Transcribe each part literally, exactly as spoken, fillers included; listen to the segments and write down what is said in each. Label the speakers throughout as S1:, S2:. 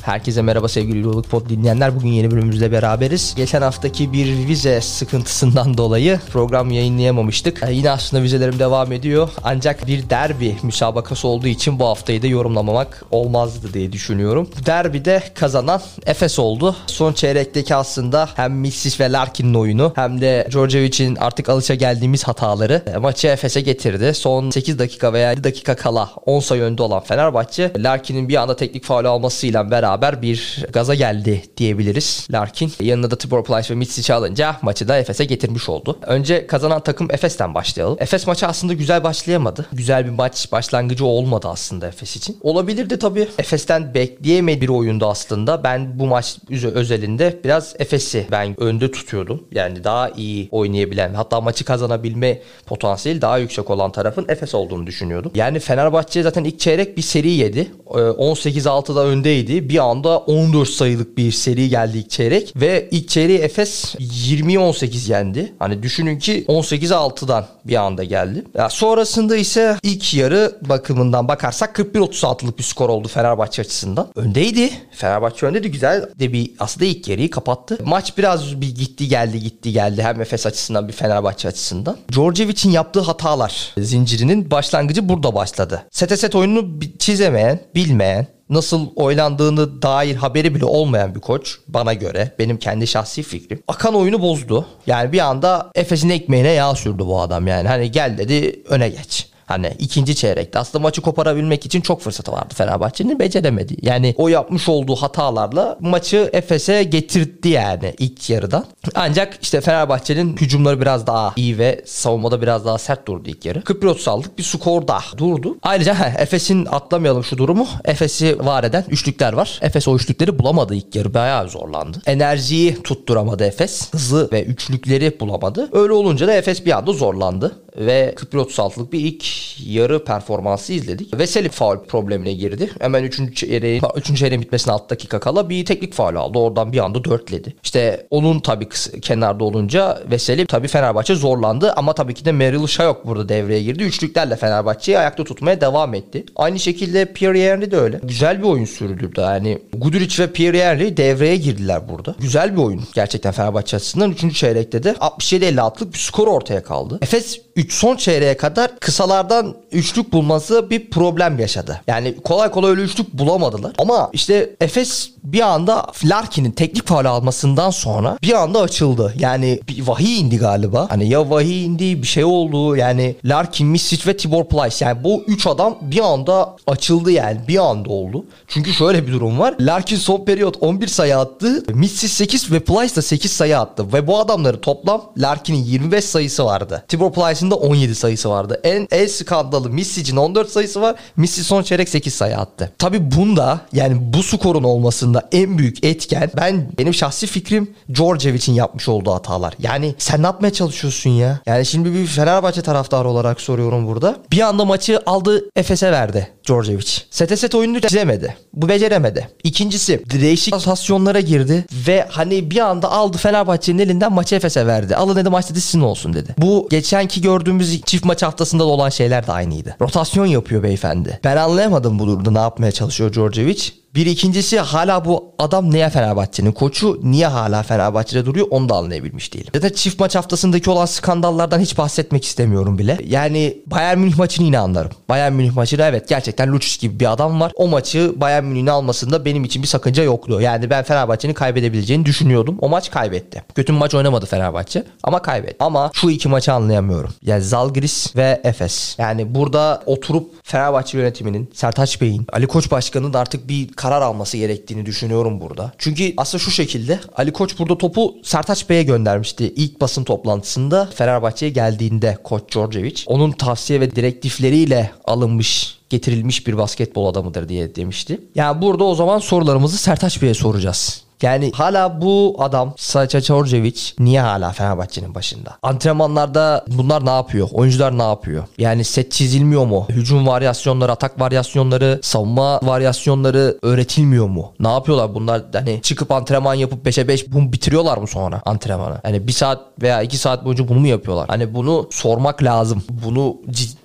S1: Herkese merhaba sevgili Euroleague Pod dinleyenler. Bugün yeni bölümümüzde beraberiz. Geçen haftaki bir vize sıkıntısından dolayı program yayınlayamamıştık. Ee, yine aslında vizelerim devam ediyor. Ancak bir derbi müsabakası olduğu için bu haftayı da yorumlamamak olmazdı diye düşünüyorum. Derbide kazanan Efes oldu. Son çeyrekteki aslında hem Mitsic ve Larkin'in oyunu hem de Djordjevic'in artık alışa geldiğimiz hataları e, maçı Efes'e getirdi. Son sekiz dakika veya yedi dakika kala on sayı önde olan Fenerbahçe, Larkin'in bir anda teknik faul almasıyla beraber bir gaza geldi diyebiliriz. Larkin yanına da Tibor Plyce ve Mitsic'i alınca maçı da Efes'e getirmiş oldu. Önce kazanan takım Efes'ten başlayalım. Efes maçı aslında güzel başlayamadı. Güzel bir maç başlangıcı olmadı aslında Efes için. Olabilirdi tabii. Efes'ten bekleyemediği bir oyundu aslında. Ben bu maç özelinde biraz Efes'i ben önde tutuyordum. Yani daha iyi oynayabilen, hatta maçı kazanabilme potansiyeli daha yüksek olan tarafın Efes olduğunu düşünüyordum. Yani Fenerbahçe zaten ilk çeyrek bir seri yedi. on sekiz altıda öndeydi. Bir anda on dört sayılık bir seri geldi ilk çeyrek ve ilk çeyreği Efes yirmiye on sekiz yendi. Hani düşünün ki on sekiz altıdan bir anda geldi. Ya sonrasında ise ilk yarı bakımından bakarsak kırk bir otuz altılık bir skor oldu Fenerbahçe açısından. Öndeydi. Fenerbahçe öndeydi. Güzel de bir aslında ilk yarıyı kapattı. Maç biraz bir gitti geldi gitti geldi. Hem Efes açısından bir Fenerbahçe açısından. Djordjevic'in yaptığı hatalar zincirinin başlangıcı burada başladı. Sete set oyununu çizemeyen, bilmeyen, nasıl oynandığını dair haberi bile olmayan bir koç bana göre, benim kendi şahsi fikrim. Akan oyunu bozdu. Yani bir anda Efes'in ekmeğine yağ sürdü bu adam yani. Hani gel dedi, öne geç. Hani ikinci çeyrekte aslında maçı koparabilmek için çok fırsatı vardı Fenerbahçe'nin, beceremedi. Yani o yapmış olduğu hatalarla maçı Efes'e getirdi yani ilk yarıdan. Ancak işte Fenerbahçe'nin hücumları biraz daha iyi ve savunmada biraz daha sert durdu ilk yarı. kırk bir otuz aldık bir skor da durdu. Ayrıca he, Efes'in atlamayalım şu durumu. Efes'i var eden üçlükler var. Efes o üçlükleri bulamadı ilk yarı. Bayağı zorlandı. Enerjiyi tutturamadı Efes. Hızı ve üçlükleri bulamadı. Öyle olunca da Efes bir anda zorlandı. Ve kırk bir otuz altılık bir ilk yarı performansı izledik. Veseli faul problemine girdi. Hemen üçüncü çeyreğin üçüncü çeyreğin bitmesine altı dakika kala bir teknik faul aldı. Oradan bir anda dörtledi. İşte onun tabii kenarda olunca Veseli tabii Fenerbahçe zorlandı. Ama tabii ki de Merrill Shayok burada devreye girdi. Üçlüklerle Fenerbahçe'yi ayakta tutmaya devam etti. Aynı şekilde Pierre Henry de öyle. Güzel bir oyun sürdürdü. Yani Guduric ve Pierre Henry devreye girdiler burada. Güzel bir oyun gerçekten Fenerbahçe açısından. üçüncü çeyrekte de altmış yedi elli altılık bir skor ortaya kaldı. Efes üç son çeyreğe kadar kısalardan üçlük bulması bir problem yaşadı. Yani kolay kolay öyle üçlük bulamadılar. Ama işte Efes bir anda Larkin'in teknik faul almasından sonra bir anda açıldı. Yani bir vahiy indi galiba. Hani ya vahiy indi, bir şey oldu. Yani Larkin, Mitsic ve Tibor Plyce. Yani bu üç adam bir anda açıldı yani. Bir anda oldu. Çünkü şöyle bir durum var. Larkin son periyot on bir sayı attı. Mitsic sekiz ve Plyce da sekiz sayı attı. Ve bu adamları toplam Larkin'in yirmi beş sayısı vardı. Tibor Plyce'ın da on yedi sayısı vardı. En, en skandalı Mitsic'in on dört sayısı var. Mitsic son çeyrek sekiz sayı attı. Tabii bunda yani bu skorun olmasında en büyük etken, ben benim şahsi fikrim, Djordjevic'in yapmış olduğu hatalar. Yani sen ne yapmaya çalışıyorsun ya? Yani şimdi bir Fenerbahçe taraftarı olarak soruyorum burada. Bir anda maçı aldı Efes'e verdi Djordjevic. Sete set oyununu çizemedi. Bu beceremedi. İkincisi değişik rotasyonlara girdi ve hani bir anda aldı Fenerbahçe'nin elinden maçı Efes'e verdi. Alın dedi, maç dedi sizin olsun dedi. Bu geçenki gördüğümüz çift maç haftasında da olan şeyler de aynıydı. Rotasyon yapıyor beyefendi. Ben anlayamadım bu durumda ne yapmaya çalışıyor Djordjevic. Bir ikincisi, hala bu adam niye Fenerbahçe'nin koçu, niye hala Fenerbahçe'de duruyor, onu da anlayabilmiş değilim. Ya da çift maç haftasındaki olan skandallardan hiç bahsetmek istemiyorum bile. Yani Bayern Münih maçını yine anlarım. Bayern Münih maçını evet gerçekten Lucic gibi bir adam var. O maçı Bayern Münih'in almasında benim için bir sakınca yoktu. Yani ben Fenerbahçe'nin kaybedebileceğini düşünüyordum. O maç kaybetti. Kötü bir maç oynamadı Fenerbahçe ama kaybetti. Ama şu iki maçı anlayamıyorum. Yani Zalgiris ve Efes. Yani burada oturup Fenerbahçe yönetiminin, Sertaç Bey'in, Ali Koç Başkanı'nın artık bir karar alması gerektiğini düşünüyorum burada. Çünkü aslında şu şekilde, Ali Koç burada topu Sertaç Bey'e göndermişti ilk basın toplantısında. Fenerbahçe'ye geldiğinde Koç Djordjevic onun tavsiye ve direktifleriyle alınmış, getirilmiş bir basketbol adamıdır diye demişti. Yani burada o zaman sorularımızı Sertaç Bey'e soracağız. Yani hala bu adam Sacha Djordjevic niye hala Fenerbahçe'nin başında? Antrenmanlarda bunlar ne yapıyor? Oyuncular ne yapıyor? Yani set çizilmiyor mu? Hücum varyasyonları, atak varyasyonları, savunma varyasyonları öğretilmiyor mu? Ne yapıyorlar bunlar? Hani çıkıp antrenman yapıp beşe beş bunu bitiriyorlar mı sonra antrenmanı? Hani bir saat veya iki saat boyunca bunu mu yapıyorlar? Hani bunu sormak lazım. Bunu ciddi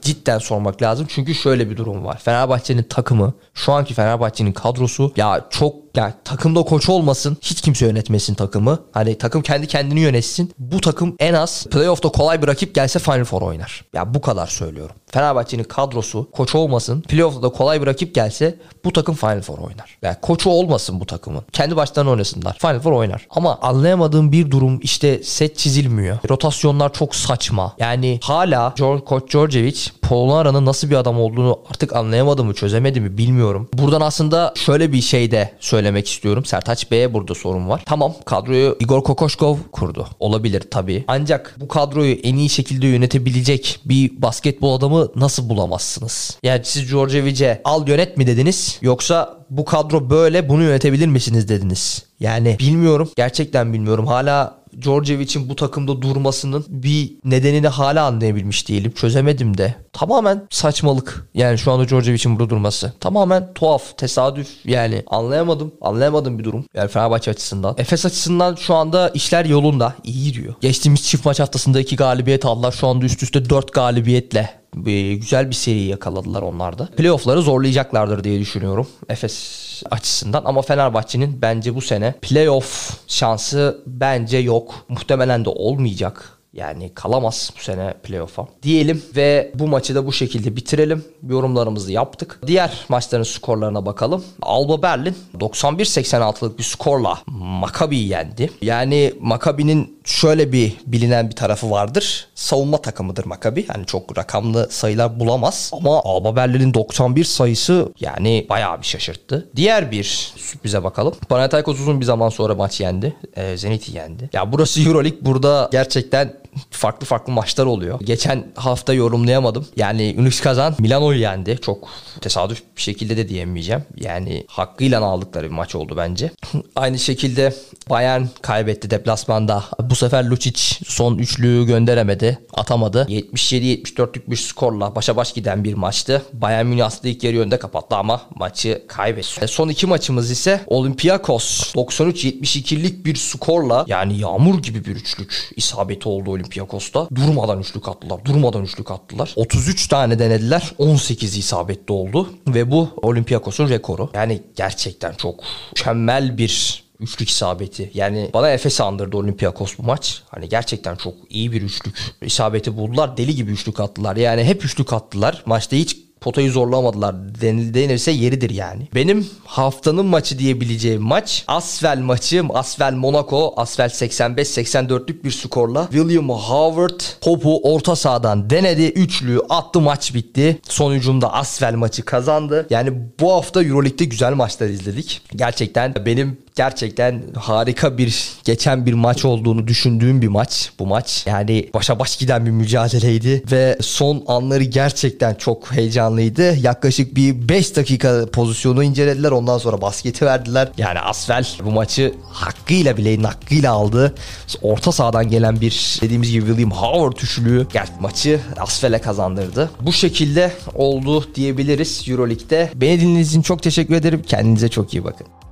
S1: cidden sormak lazım. Çünkü şöyle bir durum var. Fenerbahçe'nin takımı, şu anki Fenerbahçe'nin kadrosu ya çok, yani takımda koç olmasın, hiç kimse yönetmesin takımı. Hani takım kendi kendini yönetsin. Bu takım en az playoff'ta kolay bir rakip gelse Final Four oynar. Ya bu kadar söylüyorum. Fenerbahçe'nin kadrosu koç olmasın, playoff'ta da kolay bir rakip gelse bu takım Final Four oynar. Yani koçu olmasın bu takımın. Kendi başlarına oynasınlar. Final Four oynar. Ama anlayamadığım bir durum, işte set çizilmiyor. Rotasyonlar çok saçma. Yani hala Koç Djordjevic, Polonara'nın nasıl bir adam olduğunu artık anlayamadı mı, çözemedi mi bilmiyorum. Buradan aslında şöyle bir şey de söylemek istiyorum. Sertaç Bey'e burada sorun var. Tamam, kadroyu Igor Kokoşkov kurdu. Olabilir tabii. Ancak bu kadroyu en iyi şekilde yönetebilecek bir basketbol adamı nasıl bulamazsınız? Yani siz Djordjevic'e al yönet mi dediniz? Yoksa bu kadro böyle, bunu yönetebilir misiniz dediniz? Yani bilmiyorum. Gerçekten bilmiyorum. Hala Djordjevic'in bu takımda durmasının bir nedenini hala anlayabilmiş değilim. Çözemedim de. Tamamen saçmalık. Yani şu anda Djordjevic'in burada durması. Tamamen tuhaf, tesadüf. Yani anlayamadım. Anlayamadım bir durum. Yani Fenerbahçe açısından. Efes açısından şu anda işler yolunda. İyi gidiyor. Geçtiğimiz çift maç haftasında iki galibiyet aldılar. Şu anda üst üste dört galibiyetle bir, güzel bir seri yakaladılar onlar da. Playoff'ları zorlayacaklardır diye düşünüyorum Efes açısından. Ama Fenerbahçe'nin bence bu sene playoff şansı bence yok. Muhtemelen de olmayacak. Yani kalamaz bu sene playoff'a diyelim ve bu maçı da bu şekilde bitirelim. Yorumlarımızı yaptık. Diğer maçların skorlarına bakalım. Alba Berlin doksan bir seksen altılık bir skorla Maccabi'yi yendi. Yani Maccabi'nin şöyle bir bilinen bir tarafı vardır. Savunma takımıdır Maccabi. Yani çok rakamlı sayılar bulamaz. Ama Alba Berlin'in doksan bir sayısı yani bayağı bir şaşırttı. Diğer bir sürprize bakalım. Panathinaikos uzun bir zaman sonra maç yendi. Ee, Zenit'i yendi. Ya burası EuroLeague. Burada gerçekten farklı farklı maçlar oluyor. Geçen hafta yorumlayamadım. Yani Unix Kazan Milano'yu yendi. Çok tesadüf bir şekilde de diyemeyeceğim. Yani hakkıyla aldıkları bir maç oldu bence. Aynı şekilde Bayern kaybetti deplasmanda. Bu sefer Lucic son üçlüyü gönderemedi. Atamadı. yetmiş yedi yetmiş dörtlük bir skorla başa baş giden bir maçtı. Bayern Münih aslında ilk yarı önde kapattı ama maçı kaybetti. Son iki maçımız ise Olympiakos doksan üç yetmiş ikilik bir skorla, yani yağmur gibi bir üçlük isabeti oldu Olympiakos'ta. Durmadan üçlük attılar. Durmadan üçlük attılar. otuz üç tane denediler. on sekiz isabetli oldu. Ve bu Olympiakos'un rekoru. Yani gerçekten çok mükemmel bir üçlük isabeti. Yani bana Efes'i andırdı Olympiakos bu maç. Hani gerçekten çok iyi bir üçlük isabeti buldular. Deli gibi üçlük attılar. Yani hep üçlük attılar. Maçta hiç potayı zorlamadılar. Denilse yeridir yani. Benim haftanın maçı diyebileceğim maç Asvel maçı. Asvel Monaco. Asvel seksen beş seksen dörtlük bir skorla William Howard topu orta sahadan denedi. Üçlüyü attı, maç bitti. Son hücumda Asvel maçı kazandı. Yani bu hafta EuroLeague'de güzel maçlar izledik. Gerçekten benim gerçekten harika bir geçen bir maç olduğunu düşündüğüm bir maç bu maç. Yani başa baş giden bir mücadeleydi ve son anları gerçekten çok heyecanlıydı. Yaklaşık bir beş dakika pozisyonu incelediler. Ondan sonra basketi verdiler. Yani Asvel bu maçı hakkıyla, bileğin hakkıyla aldı. Orta sahadan gelen bir, dediğimiz gibi William Howard üçlüğü maçı Asvel'e kazandırdı. Bu şekilde oldu diyebiliriz EuroLeague'de. Beni dinlediğiniz için çok teşekkür ederim. Kendinize çok iyi bakın.